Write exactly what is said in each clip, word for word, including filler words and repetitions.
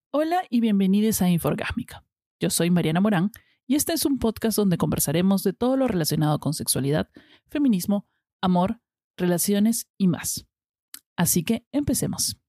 Hola y bienvenidos a Inforgásmica. Yo soy Mariana Morán y este es un podcast donde conversaremos de todo lo relacionado con sexualidad, feminismo, amor, relaciones y más. Así que empecemos.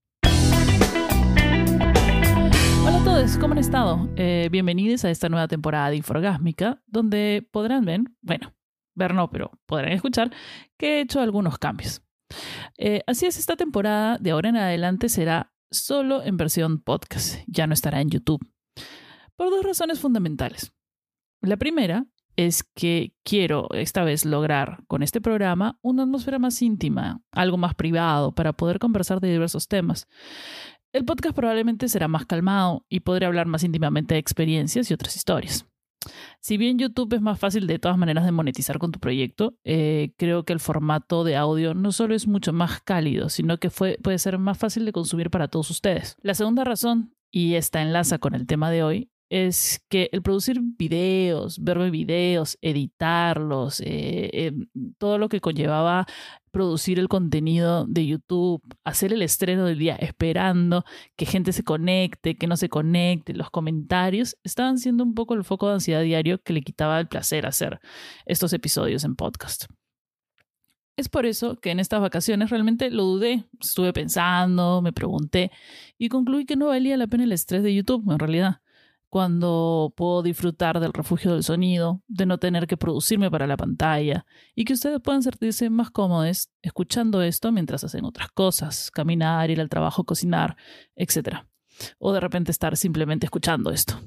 Hola a todos, ¿cómo han estado? Eh, bienvenidos a esta nueva temporada de Inforgásmica, donde podrán ver, bueno, ver no, pero podrán escuchar que he hecho algunos cambios. Eh, así es, esta temporada de ahora en adelante será solo en versión podcast, ya no estará en YouTube, por dos razones fundamentales. La primera es que quiero esta vez lograr con este programa una atmósfera más íntima, algo más privado, para poder conversar de diversos temas. El podcast probablemente será más calmado y podré hablar más íntimamente de experiencias y otras historias. Si bien YouTube es más fácil de todas maneras de monetizar con tu proyecto, eh, creo que el formato de audio no solo es mucho más cálido, sino que fue, puede ser más fácil de consumir para todos ustedes. La segunda razón, y esta enlaza con el tema de hoy, es que el producir videos, ver videos, editarlos, eh, eh, todo lo que conllevaba producir el contenido de YouTube, hacer el estreno del día, esperando que gente se conecte, que no se conecte, los comentarios, estaban siendo un poco el foco de ansiedad diario que le quitaba el placer hacer estos episodios en podcast. Es por eso que en estas vacaciones realmente lo dudé, estuve pensando, me pregunté y concluí que no valía la pena el estrés de YouTube en realidad. Cuando puedo disfrutar del refugio del sonido, de no tener que producirme para la pantalla y que ustedes puedan sentirse más cómodos escuchando esto mientras hacen otras cosas, caminar, ir al trabajo, cocinar, etcétera. O de repente estar simplemente escuchando esto.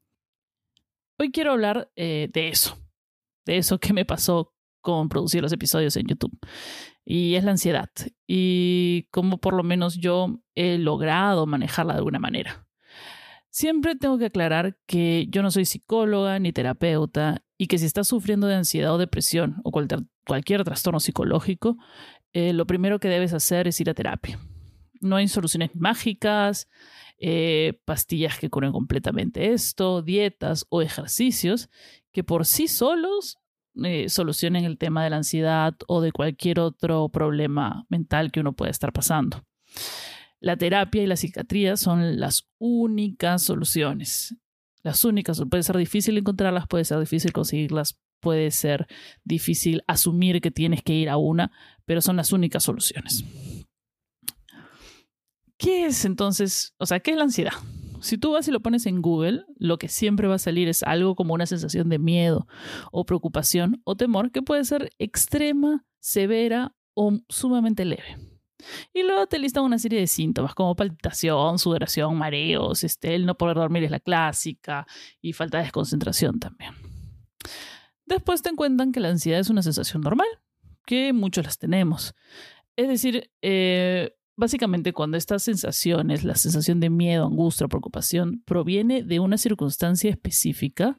Hoy quiero hablar eh, de eso, de eso que me pasó con producir los episodios en YouTube. Y es la ansiedad y cómo por lo menos yo he logrado manejarla de alguna manera. Siempre tengo que aclarar que yo no soy psicóloga ni terapeuta y que si estás sufriendo de ansiedad o depresión o cualquier, cualquier trastorno psicológico, eh, lo primero que debes hacer es ir a terapia. No hay soluciones mágicas, eh, pastillas que curen completamente esto, dietas o ejercicios que por sí solos eh, solucionen el tema de la ansiedad o de cualquier otro problema mental que uno pueda estar pasando. La terapia y la psiquiatría son las únicas soluciones. Las únicas. Puede ser difícil encontrarlas, puede ser difícil conseguirlas, puede ser difícil asumir que tienes que ir a una, pero son las únicas soluciones. ¿Qué es entonces? O sea, ¿qué es la ansiedad? Si tú vas y lo pones en Google, lo que siempre va a salir es algo como una sensación de miedo o preocupación o temor que puede ser extrema, severa o sumamente leve. Y luego te listan una serie de síntomas como palpitación, sudoración, mareos, este, el no poder dormir es la clásica y falta de desconcentración también. Después te cuentan que la ansiedad es una sensación normal, que muchos las tenemos. Es decir, eh, básicamente cuando estas sensaciones, la sensación de miedo, angustia, preocupación, proviene de una circunstancia específica.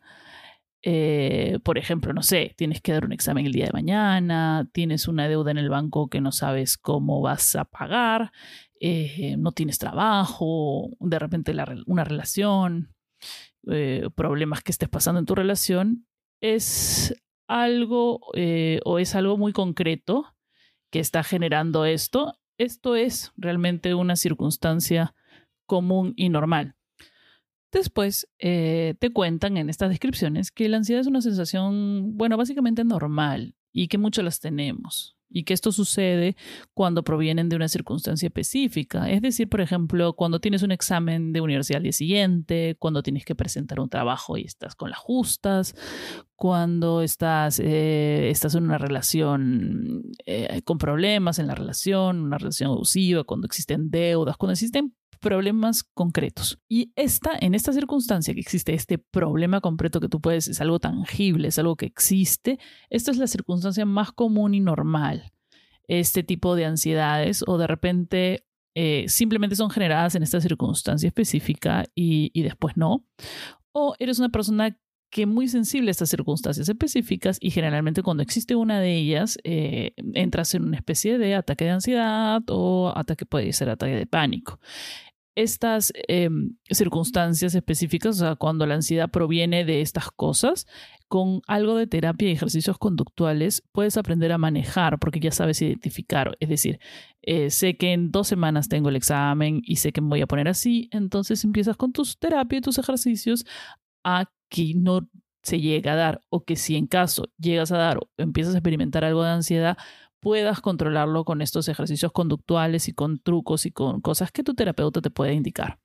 Eh, por ejemplo, no sé, tienes que dar un examen el día de mañana, tienes una deuda en el banco que no sabes cómo vas a pagar, eh, no tienes trabajo, de repente la, una relación, eh, problemas que estés pasando en tu relación, es algo eh, o es algo muy concreto que está generando esto. Esto es realmente una circunstancia común y normal. Después eh, te cuentan en estas descripciones que la ansiedad es una sensación, bueno, básicamente normal y que muchos las tenemos y que esto sucede cuando provienen de una circunstancia específica. Es decir, por ejemplo, cuando tienes un examen de universidad al día siguiente, cuando tienes que presentar un trabajo y estás con las justas, cuando estás, eh, estás en una relación eh, con problemas en la relación, una relación abusiva, cuando existen deudas, cuando existen problemas concretos. Y esta, en esta circunstancia que existe este problema concreto que tú puedes, es algo tangible, es algo que existe, esta es la circunstancia más común y normal. Este tipo de ansiedades o de repente eh, simplemente son generadas en esta circunstancia específica y, y después no. O eres una persona que es muy sensible a estas circunstancias específicas y generalmente cuando existe una de ellas eh, entras en una especie de ataque de ansiedad o ataque, puede ser ataque de pánico. Estas eh, circunstancias específicas, o sea, cuando la ansiedad proviene de estas cosas, con algo de terapia y ejercicios conductuales puedes aprender a manejar porque ya sabes identificar. Es decir, eh, sé que en dos semanas tengo el examen y sé que me voy a poner así, entonces empiezas con tus terapias y tus ejercicios a que no se llegue a dar, o que si en caso llegas a dar o empiezas a experimentar algo de ansiedad, puedas controlarlo con estos ejercicios conductuales y con trucos y con cosas que tu terapeuta te puede indicar.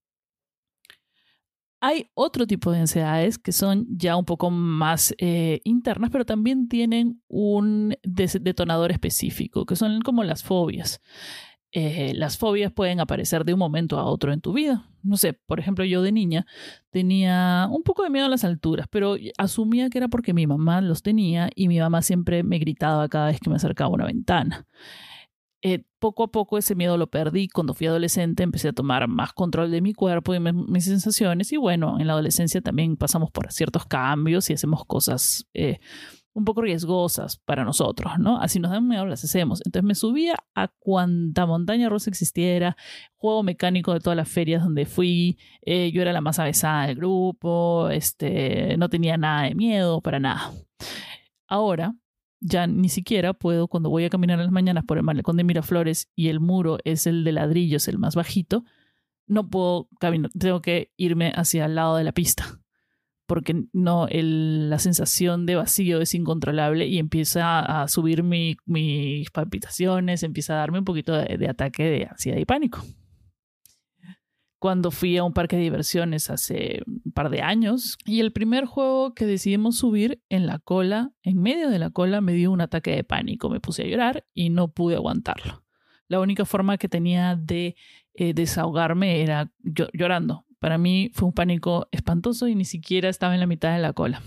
Hay otro tipo de ansiedades que son ya un poco más eh, internas, pero también tienen un detonador específico, que son como las fobias. Eh, las fobias pueden aparecer de un momento a otro en tu vida. No sé, por ejemplo, yo de niña tenía un poco de miedo a las alturas, pero asumía que era porque mi mamá los tenía y mi mamá siempre me gritaba cada vez que me acercaba a una ventana. Eh, poco a poco ese miedo lo perdí. Cuando fui adolescente empecé a tomar más control de mi cuerpo y me, mis sensaciones, y bueno, en la adolescencia también pasamos por ciertos cambios y hacemos cosas eh, un poco riesgosas para nosotros, ¿no? Así nos dan miedo, las hacemos. Entonces me subía a cuanta montaña rusa existiera, juego mecánico de todas las ferias donde fui, eh, yo era la más avesada del grupo, este, no tenía nada de miedo, para nada. Ahora ya ni siquiera puedo, cuando voy a caminar en las mañanas por el malecón de Miraflores y el muro es el de ladrillo, es el más bajito, no puedo caminar, tengo que irme hacia el lado de la pista, porque no, el, la sensación de vacío es incontrolable y empieza a subir mi, mis palpitaciones, empieza a darme un poquito de, de ataque de ansiedad y pánico. Cuando fui a un parque de diversiones hace un par de años y el primer juego que decidimos subir, en la cola, en medio de la cola, me dio un ataque de pánico. Me puse a llorar y no pude aguantarlo. La única forma que tenía de eh, desahogarme era llorando. Para mí fue un pánico espantoso y ni siquiera estaba en la mitad de la cola.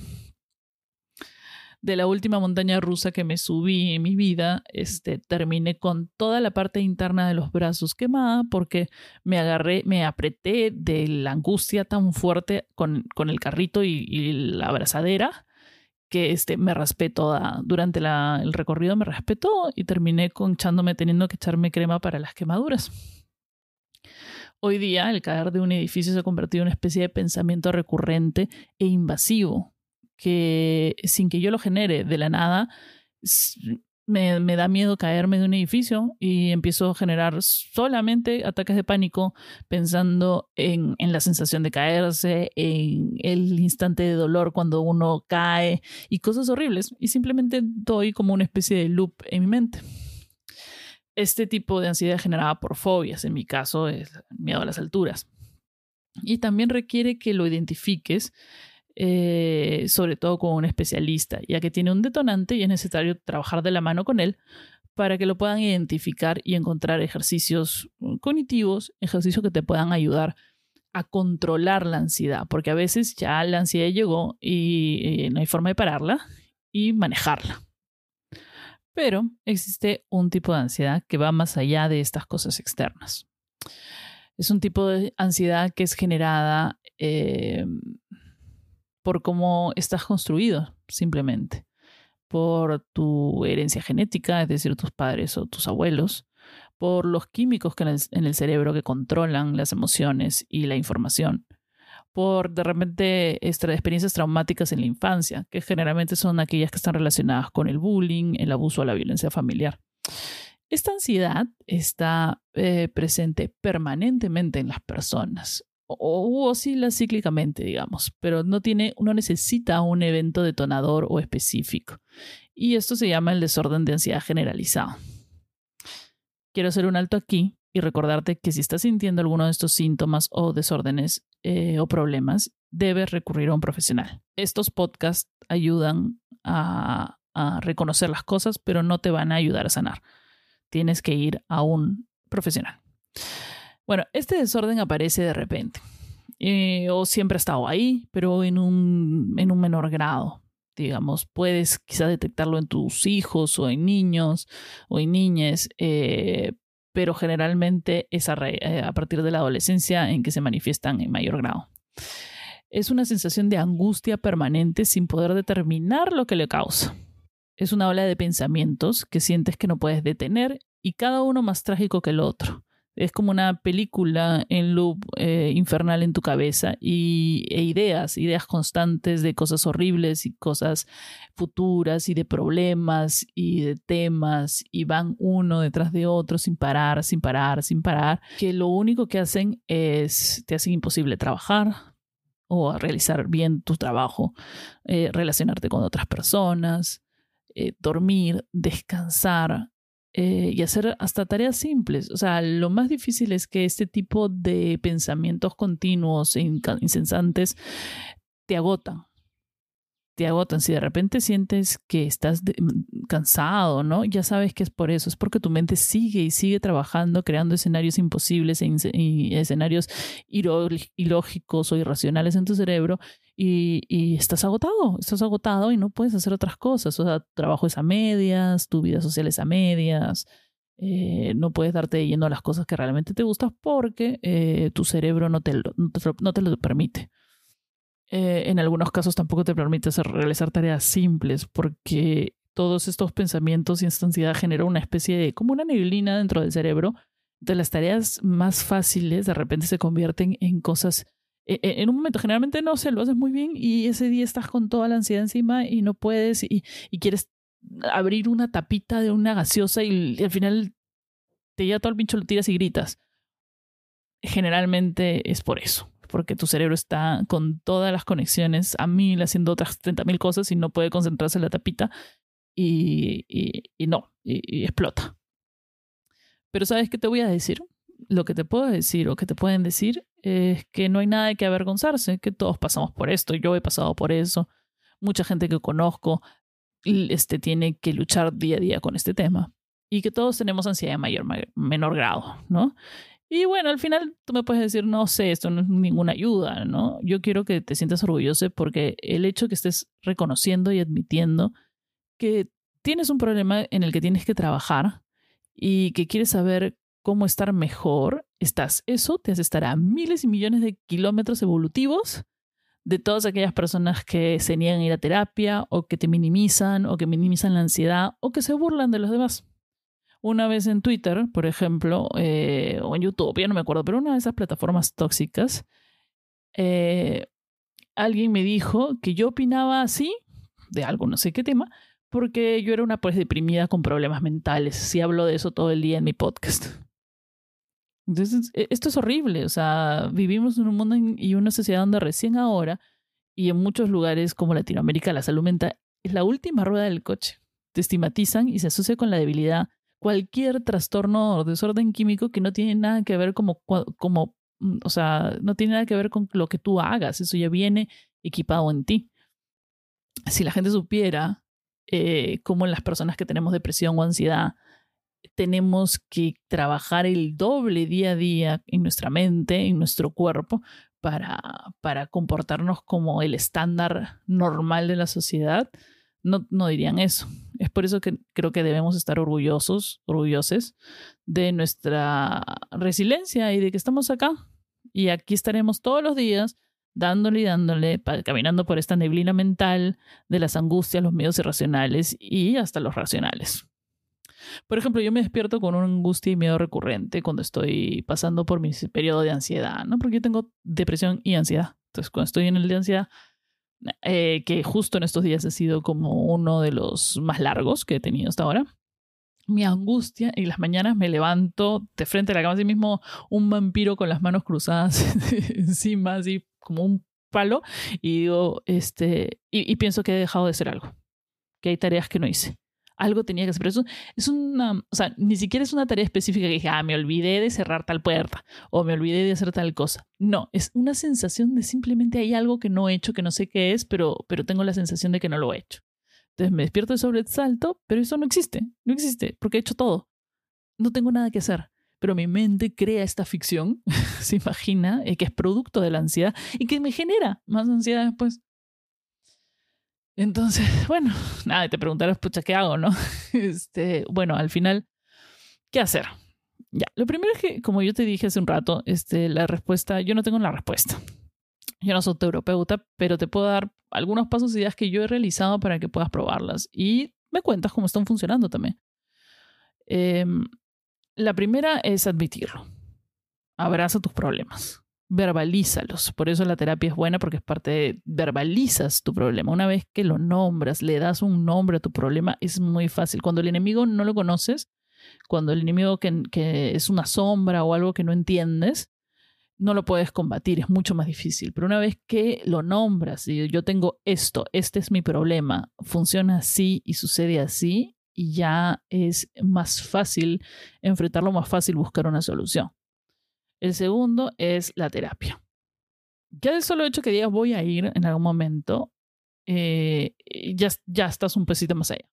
De la última montaña rusa que me subí en mi vida, este, terminé con toda la parte interna de los brazos quemada porque me agarré, me apreté de la angustia tan fuerte con, con el carrito y, y la abrazadera que este, me raspé toda. Durante la, el recorrido me raspé todo y terminé conchándome, teniendo que echarme crema para las quemaduras. Hoy día el caer de un edificio se ha convertido en una especie de pensamiento recurrente e invasivo, que sin que yo lo genere de la nada, me, me da miedo caerme de un edificio y empiezo a generar solamente ataques de pánico pensando en, en la sensación de caerse, en el instante de dolor cuando uno cae y cosas horribles, y simplemente doy como una especie de loop en mi mente. Este tipo de ansiedad generada por fobias, en mi caso, es miedo a las alturas. Y también requiere que lo identifiques, Eh, sobre todo con un especialista, ya que tiene un detonante y es necesario trabajar de la mano con él para que lo puedan identificar y encontrar ejercicios cognitivos, ejercicios que te puedan ayudar a controlar la ansiedad, porque a veces ya la ansiedad llegó y, y no hay forma de pararla y manejarla. Pero existe un tipo de ansiedad que va más allá de estas cosas externas. Es un tipo de ansiedad que es generada eh, por cómo estás construido, simplemente. Por tu herencia genética, es decir, tus padres o tus abuelos. Por los químicos que en el, en el cerebro que controlan las emociones y la información. Por, de repente, experiencias traumáticas en la infancia, que generalmente son aquellas que están relacionadas con el bullying, el abuso o la violencia familiar. Esta ansiedad está eh, presente permanentemente en las personas, o oscila cíclicamente, digamos, pero no tiene, no necesita un evento detonador o específico. Y esto se llama el desorden de ansiedad generalizado. Quiero hacer un alto aquí y recordarte que si estás sintiendo alguno de estos síntomas o desórdenes eh, o problemas, debes recurrir a un profesional. Estos podcasts ayudan a, a reconocer las cosas, pero no te van a ayudar a sanar. Tienes que ir a un profesional. Bueno, este desorden aparece de repente, eh, o siempre ha estado ahí, pero en un, en un menor grado. Digamos, puedes quizás detectarlo en tus hijos o en niños o en niñas, eh, pero generalmente es a, re, a partir de la adolescencia en que se manifiestan en mayor grado. Es una sensación de angustia permanente sin poder determinar lo que le causa. Es una ola de pensamientos que sientes que no puedes detener y cada uno más trágico que el otro. Es como una película en loop eh, infernal en tu cabeza y, e ideas, ideas constantes de cosas horribles y cosas futuras y de problemas y de temas y van uno detrás de otro sin parar, sin parar, sin parar, que lo único que hacen es te hacen imposible trabajar o realizar bien tu trabajo, eh, relacionarte con otras personas, eh, dormir, descansar. Eh, y hacer hasta tareas simples. O sea, lo más difícil es que este tipo de pensamientos continuos e incesantes te agotan. Te agotan. Si de repente sientes que estás de, cansado, ¿no? Ya sabes que es por eso. Es porque tu mente sigue y sigue trabajando, creando escenarios imposibles e y escenarios ilógicos o irracionales en tu cerebro. Y, y estás agotado, estás agotado y no puedes hacer otras cosas. O sea, tu trabajo es a medias, tu vida social es a medias, eh, no puedes darte de lleno a las cosas que realmente te gustan porque eh, tu cerebro no te lo, no te, no te lo permite. Eh, en algunos casos tampoco te permite hacer, realizar tareas simples porque todos estos pensamientos y esta ansiedad generan una especie de, como una neblina dentro del cerebro. Entonces las tareas más fáciles de repente se convierten en cosas en un momento, generalmente no sé, lo haces muy bien y ese día estás con toda la ansiedad encima y no puedes y, y quieres abrir una tapita de una gaseosa y, y al final te llega todo el pincho, lo tiras y gritas. Generalmente es por eso, porque tu cerebro está con todas las conexiones a mil, haciendo otras treinta mil cosas y no puede concentrarse en la tapita y, y, y no, y, y explota. Pero ¿sabes qué te voy a decir? Lo que te puedo decir o que te pueden decir es que no hay nada de que avergonzarse, que todos pasamos por esto, yo he pasado por eso, mucha gente que conozco este, tiene que luchar día a día con este tema y que todos tenemos ansiedad de mayor, mayor menor grado, ¿no? Y bueno, al final tú me puedes decir, no sé, esto no es ninguna ayuda, ¿no? Yo quiero que te sientas orgulloso porque el hecho que estés reconociendo y admitiendo que tienes un problema en el que tienes que trabajar y que quieres saber cómo estar mejor, estás. Eso te hace estar a miles y millones de kilómetros evolutivos de todas aquellas personas que se niegan a ir a terapia o que te minimizan o que minimizan la ansiedad o que se burlan de los demás. Una vez en Twitter, por ejemplo, eh, o en YouTube, ya no me acuerdo, pero una de esas plataformas tóxicas, eh, alguien me dijo que yo opinaba así, de algo, no sé qué tema, porque yo era una pues deprimida con problemas mentales. Sí hablo de eso todo el día en mi podcast. Entonces, esto es horrible. O sea, vivimos en un mundo y una sociedad donde recién ahora, y en muchos lugares como Latinoamérica, la salud mental es la última rueda del coche. Te estigmatizan y se asocia con la debilidad. Cualquier trastorno o desorden químico que no tiene nada que ver como, como, o sea, no tiene nada que ver con lo que tú hagas. Eso ya viene equipado en ti. Si la gente supiera eh, cómo las personas que tenemos depresión o ansiedad tenemos que trabajar el doble día a día en nuestra mente, en nuestro cuerpo, para, para comportarnos como el estándar normal de la sociedad, no, no dirían eso. Es por eso que creo que debemos estar orgullosos, orgullosos de nuestra resiliencia y de que estamos acá. Y aquí estaremos todos los días dándole y dándole, caminando por esta neblina mental de las angustias, los miedos irracionales y hasta los racionales. Por ejemplo, yo me despierto con una angustia y miedo recurrente cuando estoy pasando por mi periodo de ansiedad, ¿no? Porque yo tengo depresión y ansiedad. Entonces, cuando estoy en el de ansiedad, eh, que justo en estos días ha sido como uno de los más largos que he tenido hasta ahora, mi angustia, y las mañanas me levanto de frente a la cama, así mismo un vampiro con las manos cruzadas encima, así como un palo, y digo, este, y, y pienso que he dejado de hacer algo, que hay tareas que no hice. Algo tenía que hacer, pero eso es una, o sea, ni siquiera es una tarea específica que dije, ah, me olvidé de cerrar tal puerta o me olvidé de hacer tal cosa. No, es una sensación de simplemente hay algo que no he hecho, que no sé qué es, pero, pero tengo la sensación de que no lo he hecho. Entonces me despierto de sobresalto, pero eso no existe, no existe, porque he hecho todo. No tengo nada que hacer, pero mi mente crea esta ficción, se imagina, eh, que es producto de la ansiedad y que me genera más ansiedad después. Entonces, bueno, nada, te preguntarás, pucha, ¿qué hago, no? Este, bueno, al final, ¿qué hacer? Ya, lo primero es que, como yo te dije hace un rato, este, la respuesta, yo no tengo la respuesta. Yo no soy terapeuta, pero te puedo dar algunos pasos y ideas que yo he realizado para que puedas probarlas. Y me cuentas cómo están funcionando también. Eh, la primera es admitirlo. abraza tus problemas. Verbalízalos. Por eso la terapia es buena, porque es parte de verbalizas tu problema. Una vez que lo nombras, le das un nombre a tu problema, es muy fácil. Cuando el enemigo no lo conoces, cuando el enemigo que, que es una sombra o algo que no entiendes, no lo puedes combatir, es mucho más difícil. Pero una vez que lo nombras y yo tengo esto, este es mi problema, funciona así y sucede así, y ya es más fácil enfrentarlo, más fácil buscar una solución. El segundo es la terapia. Ya el solo hecho que digas voy a ir en algún momento, eh, ya, ya estás un pesito más allá.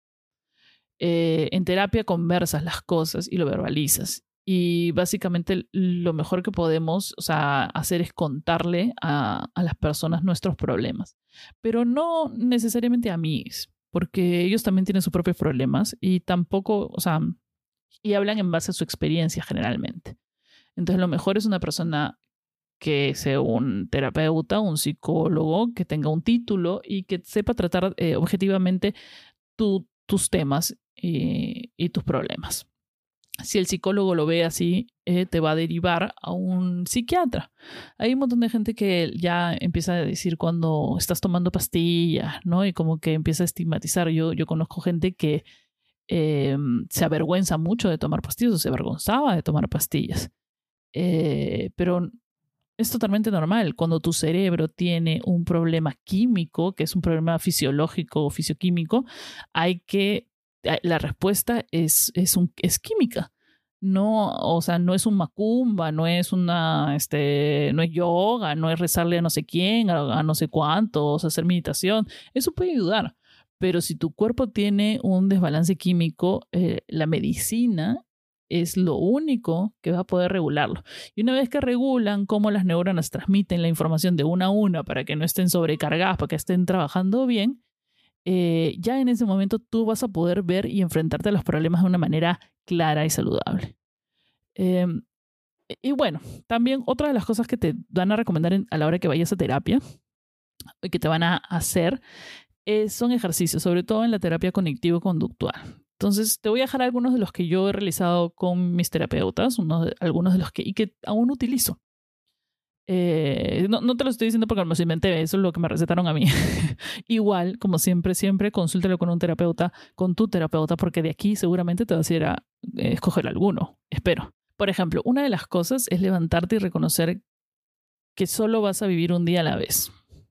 Eh, en terapia conversas las cosas y lo verbalizas. Y básicamente lo mejor que podemos, o sea, hacer es contarle a, a las personas nuestros problemas. Pero no necesariamente a mí, porque ellos también tienen sus propios problemas y tampoco, o sea, y hablan en base a su experiencia generalmente. Entonces lo mejor es una persona que sea un terapeuta, un psicólogo, que tenga un título y que sepa tratar eh, objetivamente tu, tus temas y, y tus problemas. Si el psicólogo lo ve así, eh, te va a derivar a un psiquiatra. Hay un montón de gente que ya empieza a decir cuando estás tomando pastillas, ¿no? Y como que empieza a estigmatizar. Yo, yo conozco gente que eh, se avergüenza mucho de tomar pastillas o se avergonzaba de tomar pastillas. Eh, pero es totalmente normal. Cuando tu cerebro tiene un problema químico, que es un problema fisiológico o fisioquímico, hay que, la respuesta es, es, un, es química. No, o sea, no es un macumba, no es una, este, no es yoga, no es rezarle a no sé quién, a, a no sé cuántos, hacer meditación. Eso puede ayudar. Pero si tu cuerpo tiene un desbalance químico, eh, la medicina es lo único que va a poder regularlo. Y una vez que regulan cómo las neuronas transmiten la información de una a una para que no estén sobrecargadas, para que estén trabajando bien, eh, ya en ese momento tú vas a poder ver y enfrentarte a los problemas de una manera clara y saludable. Eh, y bueno, también otra de las cosas que te van a recomendar en, a la hora que vayas a terapia y que te van a hacer eh, son ejercicios, sobre todo en la terapia cognitivo-conductual. Entonces, te voy a dejar algunos de los que yo he realizado con mis terapeutas, unos de, algunos de los que, y que aún utilizo. Eh, no, no te lo estoy diciendo porque me los inventé, eso es lo que me recetaron a mí. Igual, como siempre, siempre consúltalo con un terapeuta, con tu terapeuta, porque de aquí seguramente te vas a ir a eh, escoger alguno, espero. Por ejemplo, una de las cosas es levantarte y reconocer que solo vas a vivir un día a la vez.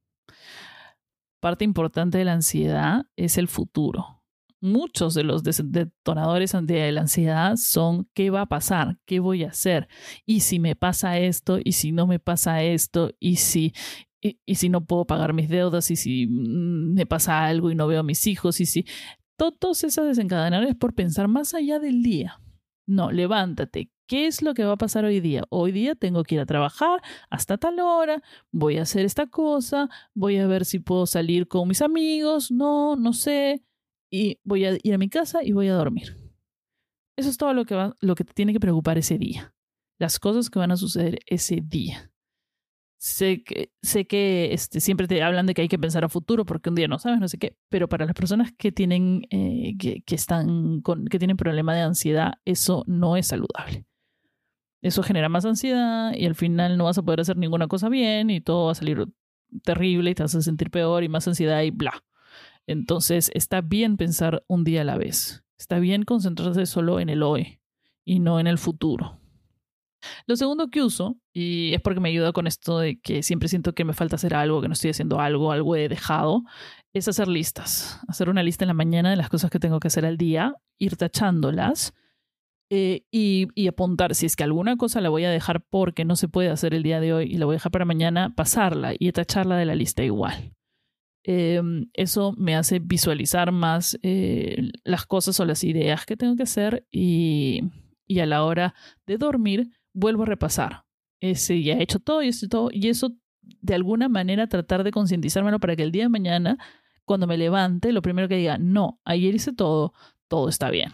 Parte importante de la ansiedad es el futuro. Muchos de los detonadores de la ansiedad son ¿qué va a pasar? ¿Qué voy a hacer? ¿Y si me pasa esto? ¿Y si no me pasa esto? ¿Y si, y, y si no puedo pagar mis deudas? ¿Y si me pasa algo y no veo a mis hijos? ¿Y si todos esos desencadenadores por pensar más allá del día? No, levántate. ¿Qué es lo que va a pasar hoy día? Hoy día tengo que ir a trabajar hasta tal hora, voy a hacer esta cosa, voy a ver si puedo salir con mis amigos, no, no sé. Y voy a ir a mi casa y voy a dormir. Eso es todo lo que, va, lo que te tiene que preocupar ese día. Las cosas que van a suceder ese día. Sé que, sé que este, siempre te hablan de que hay que pensar a futuro porque un día no sabes, no sé qué, pero para las personas que tienen, eh, que, que, están con, que tienen problema de ansiedad, eso no es saludable. Eso genera más ansiedad y al final no vas a poder hacer ninguna cosa bien y todo va a salir terrible y te vas a sentir peor y más ansiedad y bla. Entonces está bien pensar un día a la vez. Está bien concentrarse solo en el hoy y no en el futuro. Lo segundo que uso, y es porque me ayuda con esto de que siempre siento que me falta hacer algo, que no estoy haciendo algo, algo he dejado, es hacer listas. Hacer una lista en la mañana de las cosas que tengo que hacer al día, ir tachándolas eh, y, y apuntar. Si es que alguna cosa la voy a dejar porque no se puede hacer el día de hoy y la voy a dejar para mañana, pasarla y tacharla de la lista igual. Eh, eso me hace visualizar más eh, las cosas o las ideas que tengo que hacer y, y a la hora de dormir vuelvo a repasar. Ese, ya he hecho todo y, eso, todo y eso de alguna manera tratar de concientizármelo para que el día de mañana cuando me levante lo primero que diga, no, ayer hice todo, todo está bien.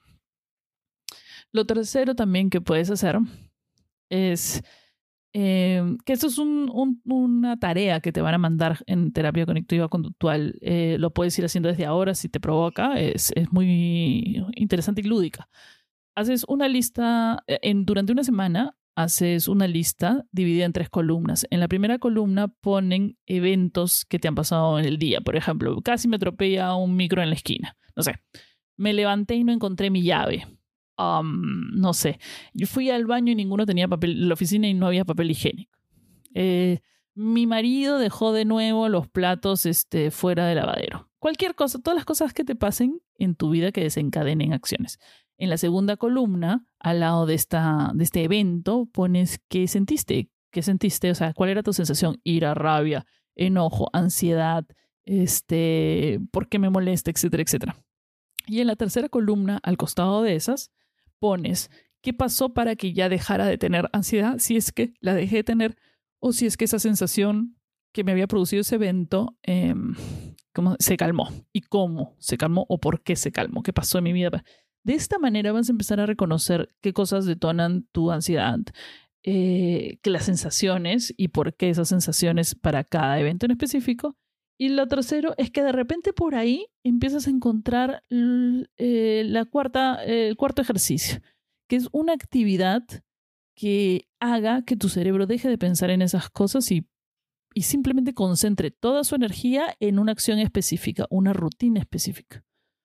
Lo tercero también que puedes hacer es Eh, que esto es un, un, una tarea que te van a mandar en terapia cognitiva conductual. Eh, lo puedes ir haciendo desde ahora si te provoca. Es, es muy interesante y lúdica. Haces una lista, en, durante una semana, haces una lista dividida en tres columnas. En la primera columna ponen eventos que te han pasado en el día. Por ejemplo, casi me atropella un micro en la esquina. No sé, me levanté y no encontré mi llave. Um, no sé, yo fui al baño y ninguno tenía papel, en la oficina y no había papel higiénico. Eh, mi marido dejó de nuevo los platos este, fuera del lavadero. Cualquier cosa, todas las cosas que te pasen en tu vida que desencadenen acciones. En la segunda columna, al lado de, esta, de este evento, pones qué sentiste, qué sentiste, o sea, cuál era tu sensación, ira, rabia, enojo, ansiedad, este, por qué me molesta, etcétera, etcétera. Y en la tercera columna, al costado de esas, pones qué pasó para que ya dejara de tener ansiedad, si es que la dejé de tener, o si es que esa sensación que me había producido ese evento eh, ¿cómo? se calmó. ¿Y cómo se calmó o por qué se calmó? ¿Qué pasó en mi vida? De esta manera vas a empezar a reconocer qué cosas detonan tu ansiedad, eh, que las sensaciones y por qué esas sensaciones para cada evento en específico. Y lo tercero es que de repente por ahí empiezas a encontrar eh, la cuarta, eh, el cuarto ejercicio, que es una actividad que haga que tu cerebro deje de pensar en esas cosas y, y simplemente concentre toda su energía en una acción específica, una rutina específica.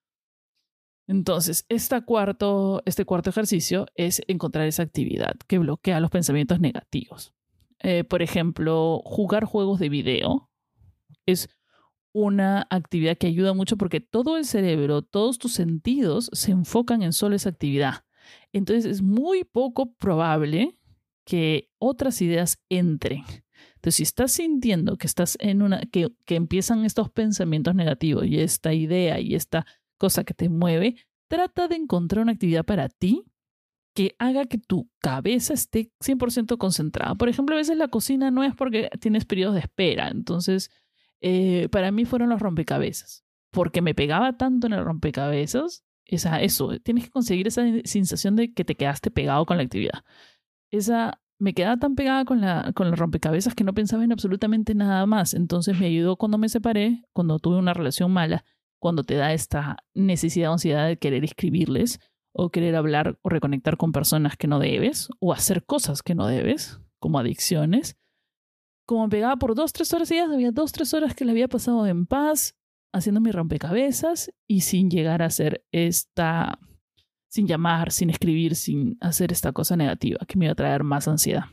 Entonces, esta cuarto, este cuarto ejercicio es encontrar esa actividad que bloquea los pensamientos negativos. Eh, por ejemplo, jugar juegos de video es una actividad que ayuda mucho porque todo el cerebro, todos tus sentidos se enfocan en solo esa actividad. Entonces es muy poco probable que otras ideas entren. Entonces, si estás sintiendo que estás en una, que, que empiezan estos pensamientos negativos y esta idea y esta cosa que te mueve, trata de encontrar una actividad para ti que haga que tu cabeza esté cien por ciento concentrada. Por ejemplo, a veces la cocina no es porque tienes periodos de espera. Entonces, eh, para mí fueron los rompecabezas. Porque me pegaba tanto en el rompecabezas, esa, eso, tienes que conseguir esa sensación de que te quedaste pegado con la actividad. Esa, me quedaba tan pegada con la, con los rompecabezas que no pensaba en absolutamente nada más. Entonces me ayudó cuando me separé, cuando tuve una relación mala, cuando te da esta necesidad o ansiedad de querer escribirles o querer hablar o reconectar con personas que no debes o hacer cosas que no debes, como adicciones. Como me pegaba por dos, tres horas seguidas, había dos, tres horas que la había pasado en paz, haciendo mi rompecabezas y sin llegar a hacer esta, sin llamar, sin escribir, sin hacer esta cosa negativa que me iba a traer más ansiedad.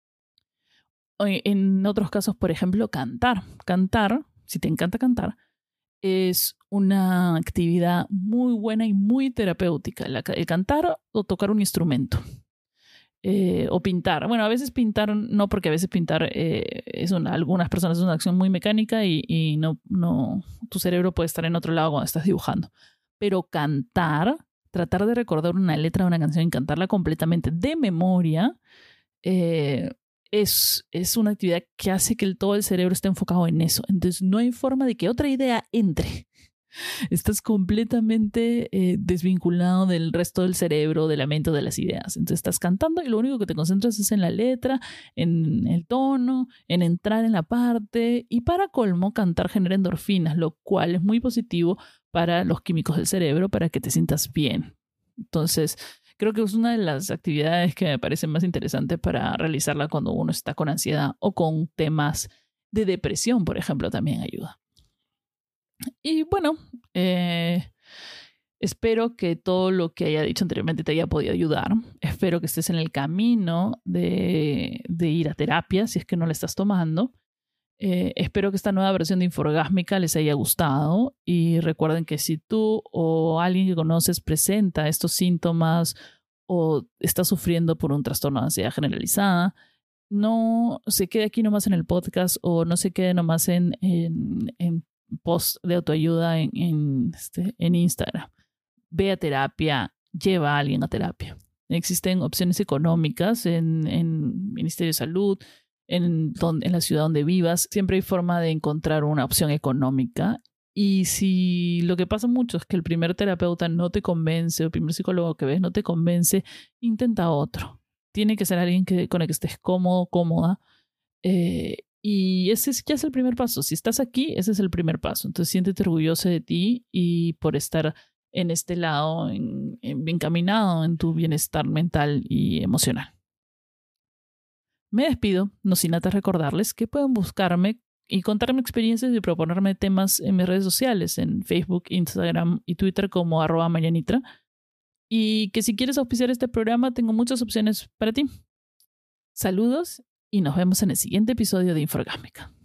En otros casos, por ejemplo, cantar. Cantar, si te encanta cantar, es una actividad muy buena y muy terapéutica. El cantar o tocar un instrumento. Eh, o pintar. Bueno, a veces pintar no, porque a veces pintar eh, es una, algunas personas es una acción muy mecánica y, y no, no, tu cerebro puede estar en otro lado cuando estás dibujando. Pero cantar, tratar de recordar una letra de una canción y cantarla completamente de memoria, eh, es, es una actividad que hace que el, todo el cerebro esté enfocado en eso. Entonces no hay forma de que otra idea entre. Estás completamente eh, desvinculado del resto del cerebro, de la mente, de las ideas. Entonces estás cantando y lo único que te concentras es en la letra, en el tono, en entrar en la parte. Y para colmo, cantar genera endorfinas, lo cual es muy positivo para los químicos del cerebro, para que te sientas bien. Entonces, creo que es una de las actividades que me parece más interesante para realizarla cuando uno está con ansiedad o con temas de depresión, por ejemplo, también ayuda. Y bueno, eh, espero que todo lo que haya dicho anteriormente te haya podido ayudar. Espero que estés en el camino de, de ir a terapia si es que no la estás tomando. Eh, espero que esta nueva versión de Inforgásmica les haya gustado y recuerden que si tú o alguien que conoces presenta estos síntomas o está sufriendo por un trastorno de ansiedad generalizada, no se quede aquí nomás en el podcast o no se quede nomás en, en, en post de autoayuda en, en, este, en Instagram. Ve a terapia, lleva a alguien a terapia. Existen opciones económicas en, en Ministerio de Salud, en, donde, en la ciudad donde vivas. Siempre hay forma de encontrar una opción económica. Y si lo que pasa mucho es que el primer terapeuta no te convence, o el primer psicólogo que ves no te convence, intenta otro. Tiene que ser alguien que, con el que estés cómodo, cómoda. Eh, y ese ya es el primer paso. Si estás aquí, ese es el primer paso. Entonces siéntete orgulloso de ti y por estar en este lado, en, en, encaminado en tu bienestar mental y emocional. Me despido, no sin antes recordarles que pueden buscarme y contarme experiencias y proponerme temas en mis redes sociales, en Facebook, Instagram y Twitter como arroba Marianitra. Y que si quieres auspiciar este programa, tengo muchas opciones para ti. Saludos y nos vemos en el siguiente episodio de Inforgásmica.